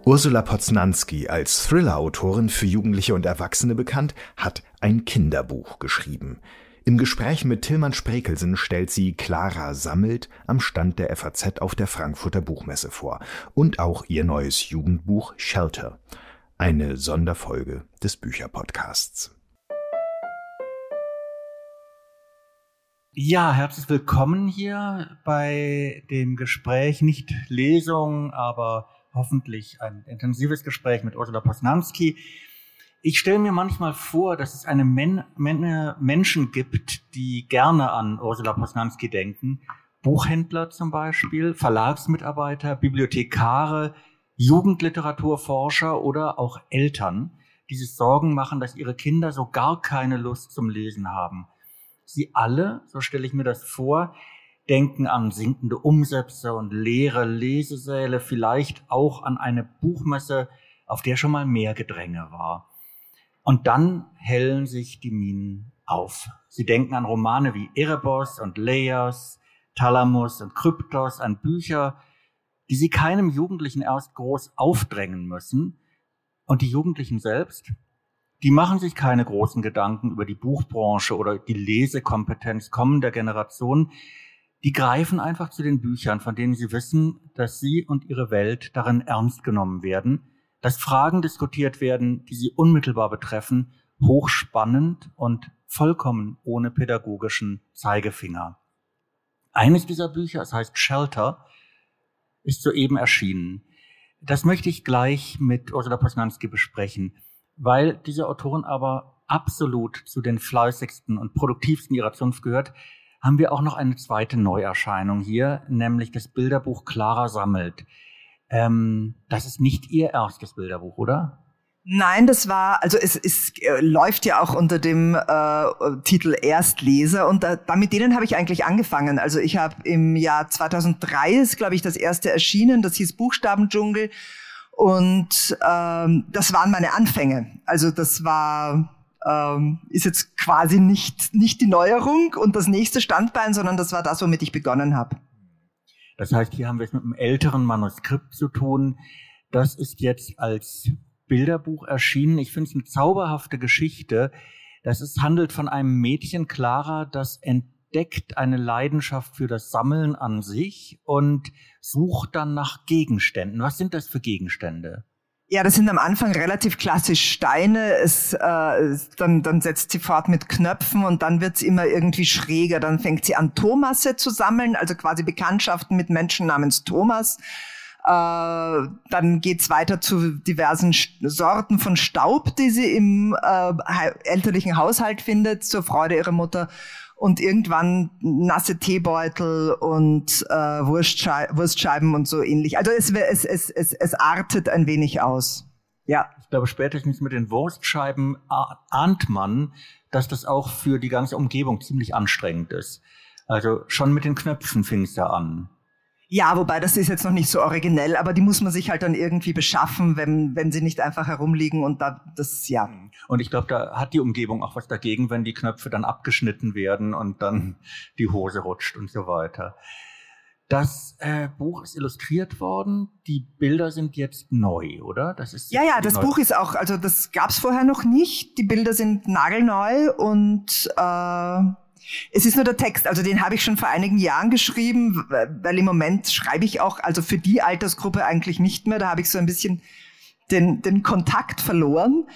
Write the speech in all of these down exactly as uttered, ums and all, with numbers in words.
Ursula Poznanski, als Thriller-Autorin für Jugendliche und Erwachsene bekannt, hat ein Kinderbuch geschrieben. Im Gespräch mit Tilman Sprekelsen stellt sie Clara sammelt am Stand der F A Z auf der Frankfurter Buchmesse vor und auch ihr neues Jugendbuch Shelter, eine Sonderfolge des Bücherpodcasts. Ja, herzlich willkommen hier bei dem Gespräch, nicht Lesung, aber hoffentlich ein intensives Gespräch mit Ursula Poznanski. Ich stelle mir manchmal vor, dass es eine Menge Men- Menschen gibt, die gerne an Ursula Poznanski denken. Buchhändler zum Beispiel, Verlagsmitarbeiter, Bibliothekare, Jugendliteraturforscher oder auch Eltern, die sich Sorgen machen, dass ihre Kinder so gar keine Lust zum Lesen haben. Sie alle, so stelle ich mir das vor, denken an sinkende Umsätze und leere Lesesäle, vielleicht auch an eine Buchmesse, auf der schon mal mehr Gedränge war. Und dann hellen sich die Minen auf. Sie denken an Romane wie Erebos und Leios, Thalamus und Kryptos, an Bücher, die sie keinem Jugendlichen erst groß aufdrängen müssen. Und die Jugendlichen selbst, die machen sich keine großen Gedanken über die Buchbranche oder die Lesekompetenz kommender Generationen. Die greifen einfach zu den Büchern, von denen sie wissen, dass sie und ihre Welt darin ernst genommen werden, dass Fragen diskutiert werden, die sie unmittelbar betreffen, hochspannend und vollkommen ohne pädagogischen Zeigefinger. Eines dieser Bücher, es heißt Shelter, ist soeben erschienen. Das möchte ich gleich mit Ursula Poznanski besprechen, weil diese Autorin aber absolut zu den fleißigsten und produktivsten ihrer Zunft gehört, haben wir auch noch eine zweite Neuerscheinung hier, nämlich das Bilderbuch Clara sammelt. Ähm, das ist nicht ihr erstes Bilderbuch, oder? Nein, das war, also es, es äh, läuft ja auch unter dem äh, Titel Erstleser und da, da mit denen habe ich eigentlich angefangen. Also ich habe im Jahr zweitausenddrei ist, glaube ich, das erste erschienen, das hieß Buchstabendschungel und ähm, das waren meine Anfänge. Also das war ähm, ist jetzt quasi nicht nicht die Neuerung und das nächste Standbein, sondern das war das, womit ich begonnen habe. Das heißt, hier haben wir es mit einem älteren Manuskript zu tun. Das ist jetzt als Bilderbuch erschienen. Ich finde es eine zauberhafte Geschichte. Das ist, handelt von einem Mädchen, Clara, das entdeckt eine Leidenschaft für das Sammeln an sich und sucht dann nach Gegenständen. Was sind das für Gegenstände? Ja, das sind am Anfang relativ klassisch Steine. Es, äh, dann, dann setzt sie fort mit Knöpfen und dann wird's immer irgendwie schräger. Dann fängt sie an, Thomasse zu sammeln, also quasi Bekanntschaften mit Menschen namens Thomas. Äh, dann geht's weiter zu diversen St- Sorten von Staub, die sie im äh, elterlichen Haushalt findet, zur Freude ihrer Mutter. Und irgendwann nasse Teebeutel und äh, Wurstschei- Wurstscheiben und so ähnlich. Also es, es, es, es, es artet ein wenig aus. Ja. Ich glaube, spätestens mit den Wurstscheiben ahnt man, dass das auch für die ganze Umgebung ziemlich anstrengend ist. Also schon mit den Knöpfen fing es ja an. Ja, wobei das ist jetzt noch nicht so originell, aber die muss man sich halt dann irgendwie beschaffen, wenn wenn sie nicht einfach herumliegen und da das ja. Und ich glaube, da hat die Umgebung auch was dagegen, wenn die Knöpfe dann abgeschnitten werden und dann die Hose rutscht und so weiter. Das äh, Buch ist illustriert worden. Die Bilder sind jetzt neu, oder? Das ist ja, ja, das Buch ist auch, also das gab's vorher noch nicht. Die Bilder sind nagelneu und äh, es ist nur der Text, also den habe ich schon vor einigen Jahren geschrieben, weil im Moment schreibe ich auch, also für die Altersgruppe eigentlich nicht mehr, da habe ich so ein bisschen den, den Kontakt verloren.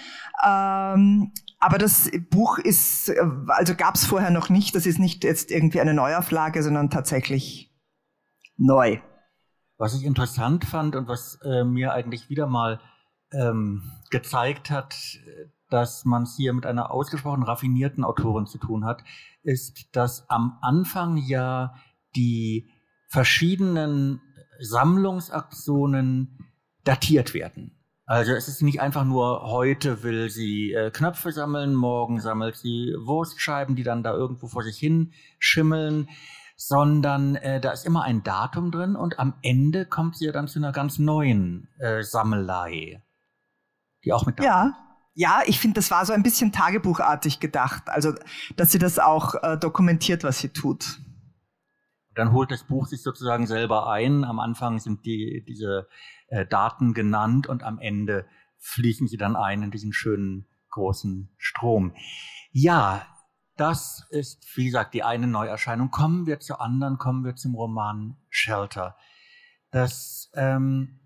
Ähm, aber das Buch ist, also gab es vorher noch nicht, das ist nicht jetzt irgendwie eine Neuauflage, sondern tatsächlich neu. Was ich interessant fand und was äh, mir eigentlich wieder mal ähm, gezeigt hat, dass man es hier mit einer ausgesprochen raffinierten Autorin zu tun hat, ist, dass am Anfang ja die verschiedenen Sammlungsaktionen datiert werden. Also es ist nicht einfach nur, heute will sie äh, Knöpfe sammeln, morgen sammelt sie Wurstscheiben, die dann da irgendwo vor sich hin schimmeln, sondern äh, da ist immer ein Datum drin und am Ende kommt sie ja dann zu einer ganz neuen äh, Sammelei, die auch mit da Ja. Ja, ich finde, das war so ein bisschen tagebuchartig gedacht. Also, dass sie das auch äh, dokumentiert, was sie tut. Dann holt das Buch sich sozusagen selber ein. Am Anfang sind die, diese äh, Daten genannt und am Ende fließen sie dann ein in diesen schönen großen Strom. Ja, das ist, wie gesagt, die eine Neuerscheinung. Kommen wir zur anderen, kommen wir zum Roman Shelter. Das ähm,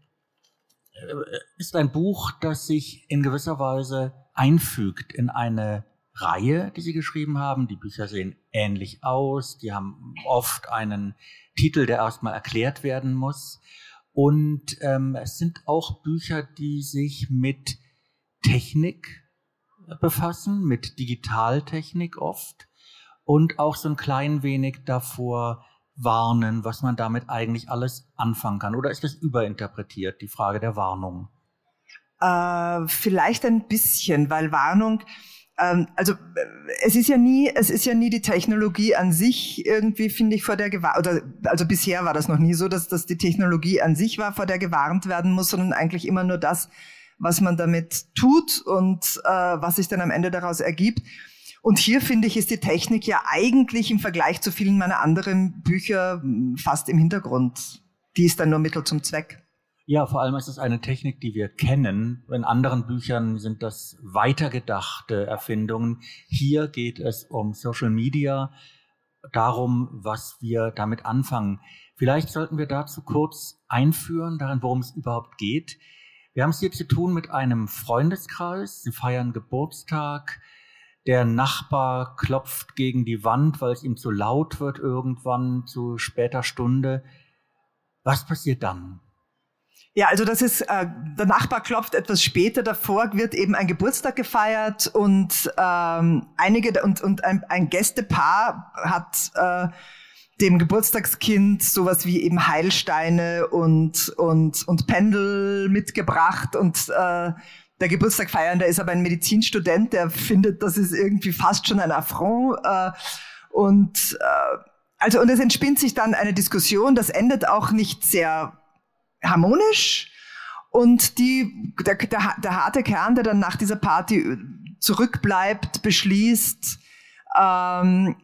ist ein Buch, das sich in gewisser Weise einfügt in eine Reihe, die Sie geschrieben haben. Die Bücher sehen ähnlich aus. Die haben oft einen Titel, der erstmal erklärt werden muss. Und ähm, es sind auch Bücher, die sich mit Technik befassen, mit Digitaltechnik oft und auch so ein klein wenig davor warnen, was man damit eigentlich alles anfangen kann. Oder ist das überinterpretiert, die Frage der Warnung? Äh, vielleicht ein bisschen, weil Warnung, ähm, also es ist ja nie, es ist ja nie die Technologie an sich irgendwie, finde ich, vor der gewarnt, oder also bisher war das noch nie so, dass, dass die Technologie an sich war, vor der gewarnt werden muss, sondern eigentlich immer nur das, was man damit tut und äh, was sich dann am Ende daraus ergibt. Und hier, finde ich, ist die Technik ja eigentlich im Vergleich zu vielen meiner anderen Bücher fast im Hintergrund. Die ist dann nur Mittel zum Zweck. Ja, vor allem ist es eine Technik, die wir kennen. In anderen Büchern sind das weitergedachte Erfindungen. Hier geht es um Social Media, darum, was wir damit anfangen. Vielleicht sollten wir dazu kurz einführen, darin, worum es überhaupt geht. Wir haben es hier zu tun mit einem Freundeskreis. Sie feiern Geburtstag. Der Nachbar klopft gegen die Wand, weil es ihm zu laut wird irgendwann zu später Stunde. Was passiert dann? Ja, also das ist, äh, der Nachbar klopft etwas später, davor wird eben ein Geburtstag gefeiert und ähm, einige und, und ein, ein Gästepaar hat äh, dem Geburtstagskind sowas wie eben Heilsteine und und und Pendel mitgebracht und äh, der Geburtstag feiernde ist aber ein Medizinstudent, der findet, das ist irgendwie fast schon ein Affront äh, und äh, also und es entspinnt sich dann eine Diskussion, das endet auch nicht sehr harmonisch und die der, der, der harte Kern, der dann nach dieser Party zurückbleibt, beschließt ähm,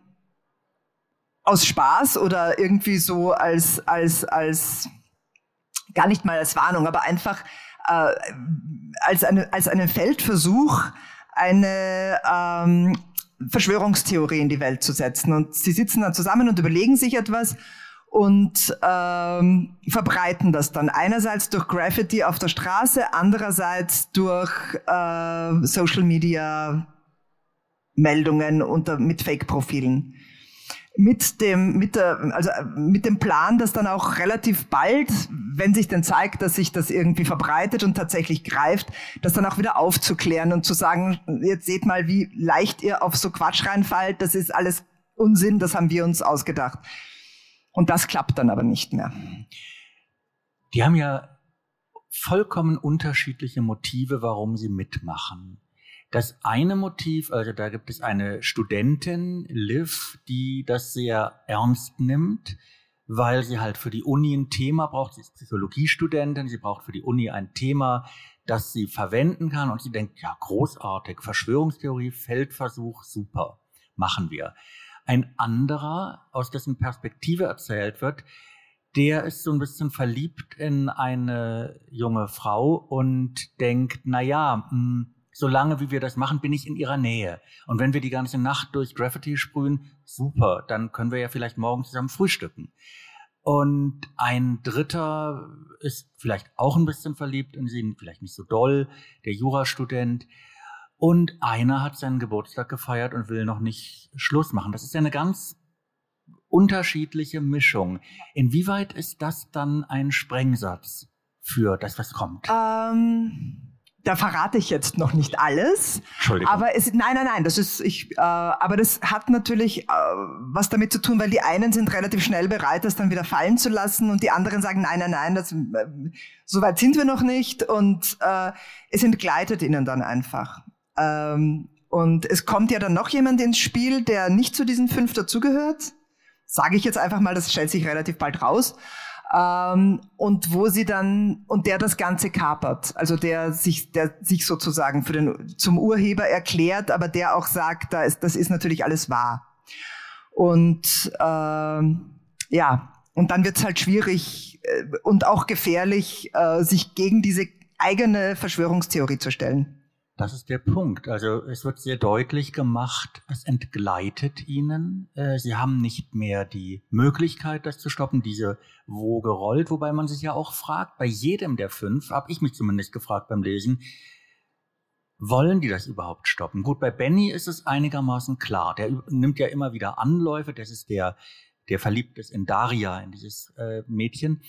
aus Spaß oder irgendwie so als als als gar nicht mal als Warnung, aber einfach äh, als eine als einen Feldversuch eine ähm, Verschwörungstheorie in die Welt zu setzen. Und sie sitzen dann zusammen und überlegen sich etwas und ähm, verbreiten das dann einerseits durch Graffiti auf der Straße, andererseits durch äh, Social Media Meldungen unter mit Fake-Profilen. Mit dem, mit der, also mit dem Plan, dass dann auch relativ bald, wenn sich denn zeigt, dass sich das irgendwie verbreitet und tatsächlich greift, das dann auch wieder aufzuklären und zu sagen, jetzt seht mal, wie leicht ihr auf so Quatsch reinfallt, das ist alles Unsinn, das haben wir uns ausgedacht. Und das klappt dann aber nicht mehr. Die haben ja vollkommen unterschiedliche Motive, warum sie mitmachen. Das eine Motiv, also da gibt es eine Studentin, Liv, die das sehr ernst nimmt, weil sie halt für die Uni ein Thema braucht. Sie ist Psychologiestudentin, sie braucht für die Uni ein Thema, das sie verwenden kann. Und sie denkt, ja, großartig, Verschwörungstheorie, Feldversuch, super, machen wir. Ein anderer, aus dessen Perspektive erzählt wird, der ist so ein bisschen verliebt in eine junge Frau und denkt, na ja, mh, solange wie wir das machen, bin ich in ihrer Nähe. Und wenn wir die ganze Nacht durch Graffiti sprühen, super, dann können wir ja vielleicht morgen zusammen frühstücken. Und ein Dritter ist vielleicht auch ein bisschen verliebt in sie, vielleicht nicht so doll, der Jurastudent. Und einer hat seinen Geburtstag gefeiert und will noch nicht Schluss machen. Das ist ja eine ganz unterschiedliche Mischung. Inwieweit ist das dann ein Sprengsatz für das, was kommt? Ähm Da verrate ich jetzt noch nicht alles. Entschuldigung. Aber es, nein, nein, nein, das ist, ich, äh, aber das hat natürlich äh, was damit zu tun, weil die einen sind relativ schnell bereit, das dann wieder fallen zu lassen und die anderen sagen, nein, nein, nein, das, äh, so weit sind wir noch nicht und äh, es entgleitet ihnen dann einfach. Ähm, und es kommt ja dann noch jemand ins Spiel, der nicht zu diesen fünf dazugehört. Sage ich jetzt einfach mal, das stellt sich relativ bald raus. Ähm, und wo sie dann, und der das Ganze kapert, also der sich, der sich sozusagen für den, zum Urheber erklärt, aber der auch sagt, da ist, das ist natürlich alles wahr. Und, ähm, ja, und dann wird es halt schwierig äh, und auch gefährlich, äh, sich gegen diese eigene Verschwörungstheorie zu stellen. Das ist der Punkt. Also es wird sehr deutlich gemacht, es entgleitet ihnen. Äh, sie haben nicht mehr die Möglichkeit, das zu stoppen. Diese Woge rollt, wobei man sich ja auch fragt, bei jedem der fünf, habe ich mich zumindest gefragt beim Lesen, wollen die das überhaupt stoppen? Gut, bei Benny ist es einigermaßen klar. Der nimmt ja immer wieder Anläufe. Das ist der, der verliebt ist in Daria, in dieses äh, Mädchen.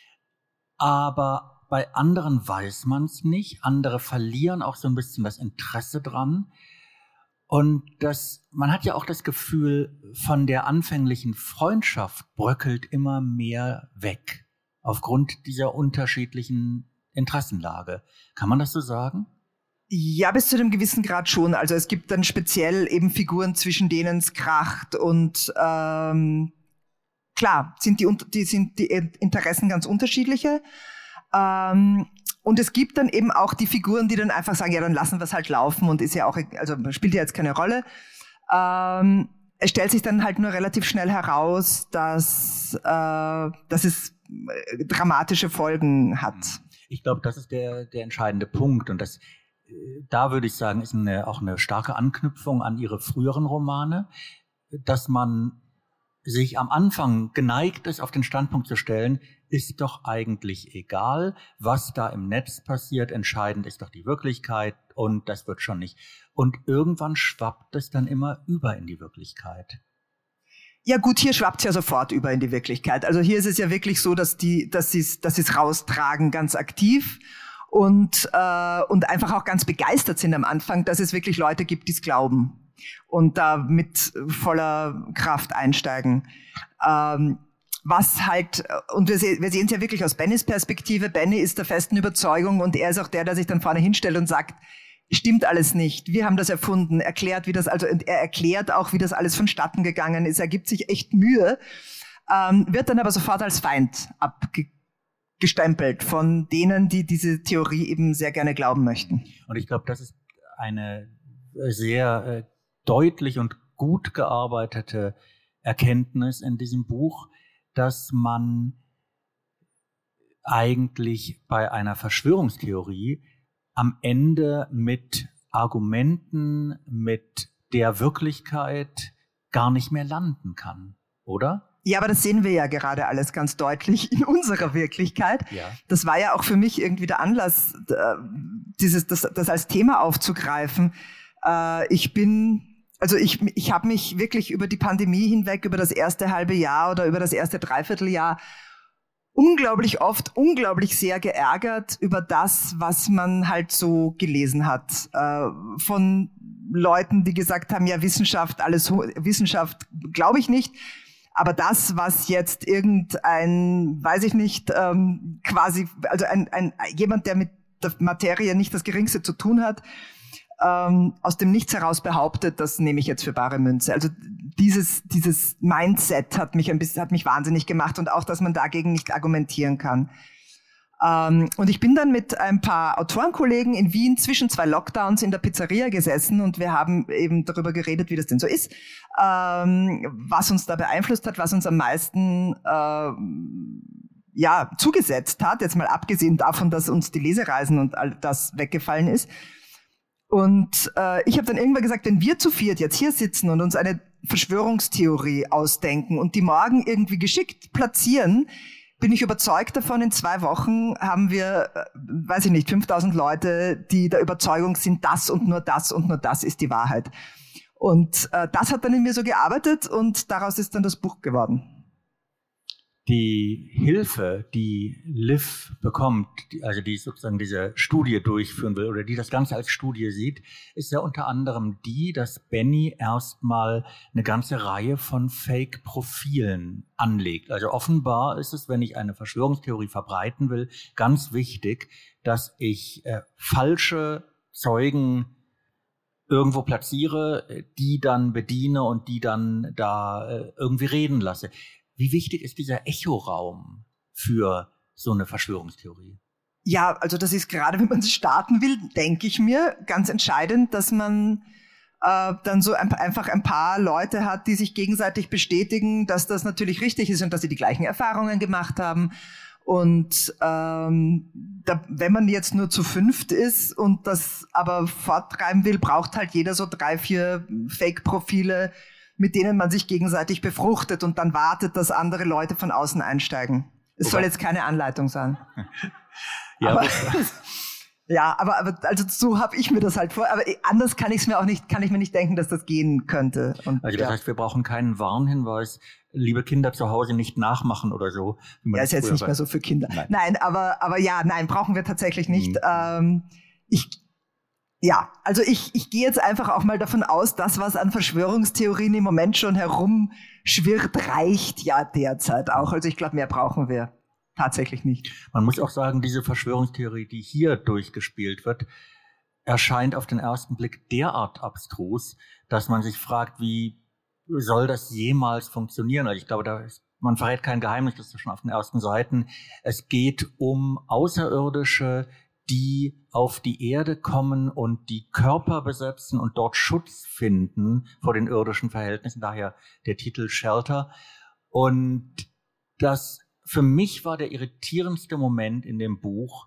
Aber bei anderen weiß man es nicht. Andere verlieren auch so ein bisschen das Interesse dran. Und das, man hat ja auch das Gefühl, von der anfänglichen Freundschaft bröckelt immer mehr weg. Aufgrund dieser unterschiedlichen Interessenlage. Kann man das so sagen? Ja, bis zu einem gewissen Grad schon. Also es gibt dann speziell eben Figuren, zwischen denen es kracht. Und ähm, klar, sind die, die, sind die Interessen ganz unterschiedliche. Ähm, und es gibt dann eben auch die Figuren, die dann einfach sagen, ja, dann lassen wir es halt laufen und ist ja auch, also spielt ja jetzt keine Rolle. Ähm, es stellt sich dann halt nur relativ schnell heraus, dass, äh, dass es dramatische Folgen hat. Ich glaube, das ist der, der entscheidende Punkt. Und das, da würde ich sagen, ist eine, auch eine starke Anknüpfung an ihre früheren Romane, dass man sich am Anfang geneigt ist, auf den Standpunkt zu stellen, ist doch eigentlich egal, was da im Netz passiert, entscheidend ist doch die Wirklichkeit und das wird schon nicht. Und irgendwann schwappt es dann immer über in die Wirklichkeit. Ja gut, hier schwappt es ja sofort über in die Wirklichkeit. Also hier ist es ja wirklich so, dass die, dass sie es, dass sie es raustragen, ganz aktiv und äh, und einfach auch ganz begeistert sind am Anfang, dass es wirklich Leute gibt, die es glauben und da mit voller Kraft einsteigen. Ähm, was halt, und wir, se- wir sehen es ja wirklich aus Bennys Perspektive. Benny ist der festen Überzeugung und er ist auch der, der sich dann vorne hinstellt und sagt, stimmt alles nicht, wir haben das erfunden, erklärt, wie das, also und er erklärt auch, wie das alles vonstatten gegangen ist, er gibt sich echt Mühe, ähm, wird dann aber sofort als Feind abgestempelt von denen, die diese Theorie eben sehr gerne glauben möchten. Und ich glaube, das ist eine sehr äh, deutlich und gut gearbeitete Erkenntnis in diesem Buch, dass man eigentlich bei einer Verschwörungstheorie am Ende mit Argumenten, mit der Wirklichkeit gar nicht mehr landen kann, oder? Ja, aber das sehen wir ja gerade alles ganz deutlich in unserer Wirklichkeit. Ja. Das war ja auch für mich irgendwie der Anlass, dieses, das, das als Thema aufzugreifen. Ich bin, also ich, ich habe mich wirklich über die Pandemie hinweg, über das erste halbe Jahr oder über das erste Dreivierteljahr unglaublich oft, unglaublich sehr geärgert über das, was man halt so gelesen hat. Äh, von Leuten, die gesagt haben, ja, Wissenschaft, alles, Wissenschaft glaube ich nicht. Aber das, was jetzt irgendein, weiß ich nicht, ähm, quasi, also ein, ein, jemand, der mit der Materie nicht das Geringste zu tun hat, ähm, aus dem Nichts heraus behauptet, das nehme ich jetzt für bare Münze. Also dieses, dieses Mindset hat mich ein bisschen, hat mich wahnsinnig gemacht und auch, dass man dagegen nicht argumentieren kann. Ähm, und ich bin dann mit ein paar Autorenkollegen in Wien zwischen zwei Lockdowns in der Pizzeria gesessen und wir haben eben darüber geredet, wie das denn so ist, ähm, was uns da beeinflusst hat, was uns am meisten äh, ja zugesetzt hat, jetzt mal abgesehen davon, dass uns die Lesereisen und all das weggefallen ist. Und äh, ich habe dann irgendwann gesagt, wenn wir zu viert jetzt hier sitzen und uns eine Verschwörungstheorie ausdenken und die morgen irgendwie geschickt platzieren, bin ich überzeugt davon, in zwei Wochen haben wir, äh, weiß ich nicht, fünftausend Leute, die der Überzeugung sind, das und nur das und nur das ist die Wahrheit. Und äh, das hat dann in mir so gearbeitet und daraus ist dann das Buch geworden. Die Hilfe, die Liv bekommt, die, also die sozusagen diese Studie durchführen will oder die das Ganze als Studie sieht, ist ja unter anderem die, dass Benny erstmal eine ganze Reihe von Fake-Profilen anlegt. Also offenbar ist es, wenn ich eine Verschwörungstheorie verbreiten will, ganz wichtig, dass ich äh, falsche Zeugen irgendwo platziere, die dann bediene und die dann da äh, irgendwie reden lasse. Wie wichtig ist dieser Echoraum für so eine Verschwörungstheorie? Ja, also das ist gerade, wenn man starten will, denke ich mir, ganz entscheidend, dass man äh, dann so ein, einfach ein paar Leute hat, die sich gegenseitig bestätigen, dass das natürlich richtig ist und dass sie die gleichen Erfahrungen gemacht haben. Und ähm, da, wenn man jetzt nur zu fünft ist und das aber forttreiben will, braucht halt jeder so drei, vier Fake-Profile, mit denen man sich gegenseitig befruchtet und dann wartet, dass andere Leute von außen einsteigen. Es soll jetzt keine Anleitung sein. Ja, aber, ja, aber, aber also so habe ich mir das halt vor. Aber anders kann ich es mir auch nicht, kann ich mir nicht denken, dass das gehen könnte. Und, also das ja. heißt, wir brauchen keinen Warnhinweis, liebe Kinder zu Hause nicht nachmachen oder so. Ja, ist jetzt nicht mehr so für Kinder. Nein, nein aber, aber ja, nein, brauchen wir tatsächlich nicht. Mhm. Ähm, ich, ja, also ich, ich gehe jetzt einfach auch mal davon aus, das, was an Verschwörungstheorien im Moment schon herumschwirrt, reicht ja derzeit auch. Also ich glaube, mehr brauchen wir tatsächlich nicht. Man muss auch sagen, diese Verschwörungstheorie, die hier durchgespielt wird, erscheint auf den ersten Blick derart abstrus, dass man sich fragt, wie soll das jemals funktionieren? Also ich glaube, da ist, man verrät kein Geheimnis, das ist schon auf den ersten Seiten. Es geht um Außerirdische, die auf die Erde kommen und die Körper besetzen und dort Schutz finden vor den irdischen Verhältnissen. Daher der Titel Shelter. Und das für mich war der irritierendste Moment in dem Buch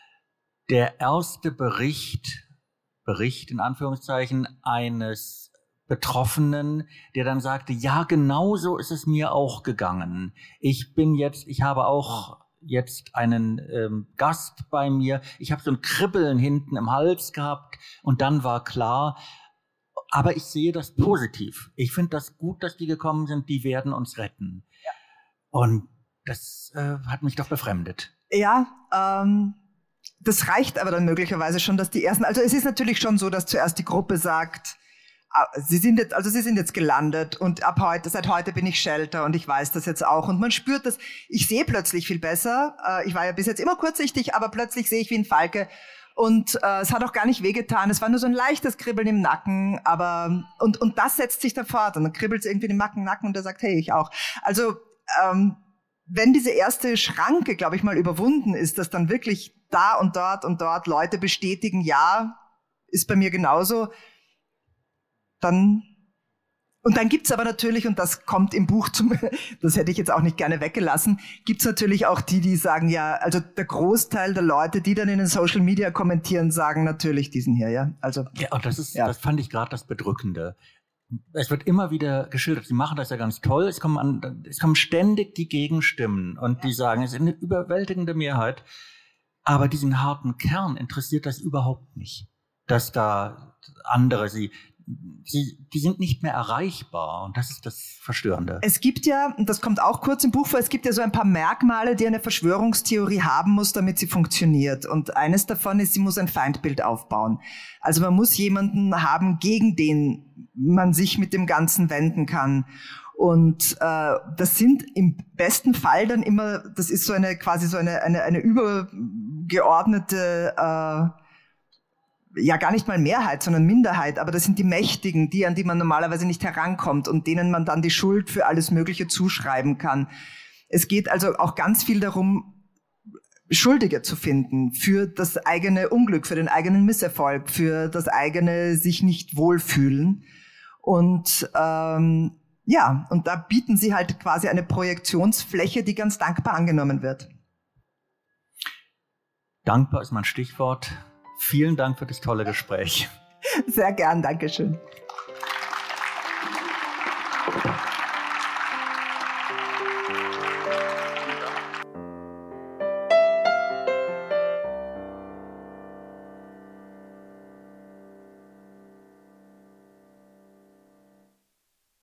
der erste Bericht, Bericht in Anführungszeichen, eines Betroffenen, der dann sagte, ja, genau so ist es mir auch gegangen. Ich bin jetzt, ich habe auch jetzt einen ähm, Gast bei mir. Ich habe so ein Kribbeln hinten im Hals gehabt und dann war klar, aber ich sehe das positiv. Ich finde das gut, dass die gekommen sind, die werden uns retten. Ja. Und das äh, hat mich doch befremdet. Ja, ähm, das reicht aber dann möglicherweise schon, dass die ersten, also es ist natürlich schon so, dass zuerst die Gruppe sagt, Sie sind jetzt, also Sie sind jetzt gelandet und ab heute, seit heute bin ich Shelter und ich weiß das jetzt auch und man spürt das. Ich sehe plötzlich viel besser. Ich war ja bis jetzt immer kurzsichtig, aber plötzlich sehe ich wie ein Falke und äh, es hat auch gar nicht wehgetan. Es war nur so ein leichtes Kribbeln im Nacken, aber und und das setzt sich dann fort und dann kribbelt es irgendwie im Nacken, Nacken und der sagt, hey, ich auch. Also ähm, wenn diese erste Schranke, glaube ich, mal überwunden ist, dass dann wirklich da und dort und dort Leute bestätigen, ja, ist bei mir genauso. Dann, und dann gibt's aber natürlich, und das kommt im Buch zum, das hätte ich jetzt auch nicht gerne weggelassen, gibt's natürlich auch die, die sagen, ja, also der Großteil der Leute, die dann in den Social Media kommentieren, sagen natürlich diesen hier, ja. Also, ja, und das ist, ja. das fand ich gerade das Bedrückende. Es wird immer wieder geschildert, sie machen das ja ganz toll, es kommen an, es kommen ständig die Gegenstimmen und die sagen, es ist eine überwältigende Mehrheit, aber diesen harten Kern interessiert das überhaupt nicht, dass da andere sie, Sie, die sind nicht mehr erreichbar und das ist das Verstörende. Es gibt ja, und das kommt auch kurz im Buch vor, es gibt ja so ein paar Merkmale, die eine Verschwörungstheorie haben muss, damit sie funktioniert. Und eines davon ist, sie muss ein Feindbild aufbauen. Also man muss jemanden haben, gegen den man sich mit dem Ganzen wenden kann. Und äh, das sind im besten Fall dann immer, das ist so eine quasi so eine eine, eine übergeordnete äh, ja gar nicht mal Mehrheit, sondern Minderheit, aber das sind die Mächtigen, die, an die man normalerweise nicht herankommt und denen man dann die Schuld für alles Mögliche zuschreiben kann. Es geht also auch ganz viel darum, Schuldige zu finden für das eigene Unglück, für den eigenen Misserfolg, für das eigene sich nicht wohlfühlen. Und ähm, ja, und da bieten sie halt quasi eine Projektionsfläche, die ganz dankbar angenommen wird. Dankbar ist mein Stichwort. Vielen Dank für das tolle Gespräch. Sehr gern, Dankeschön.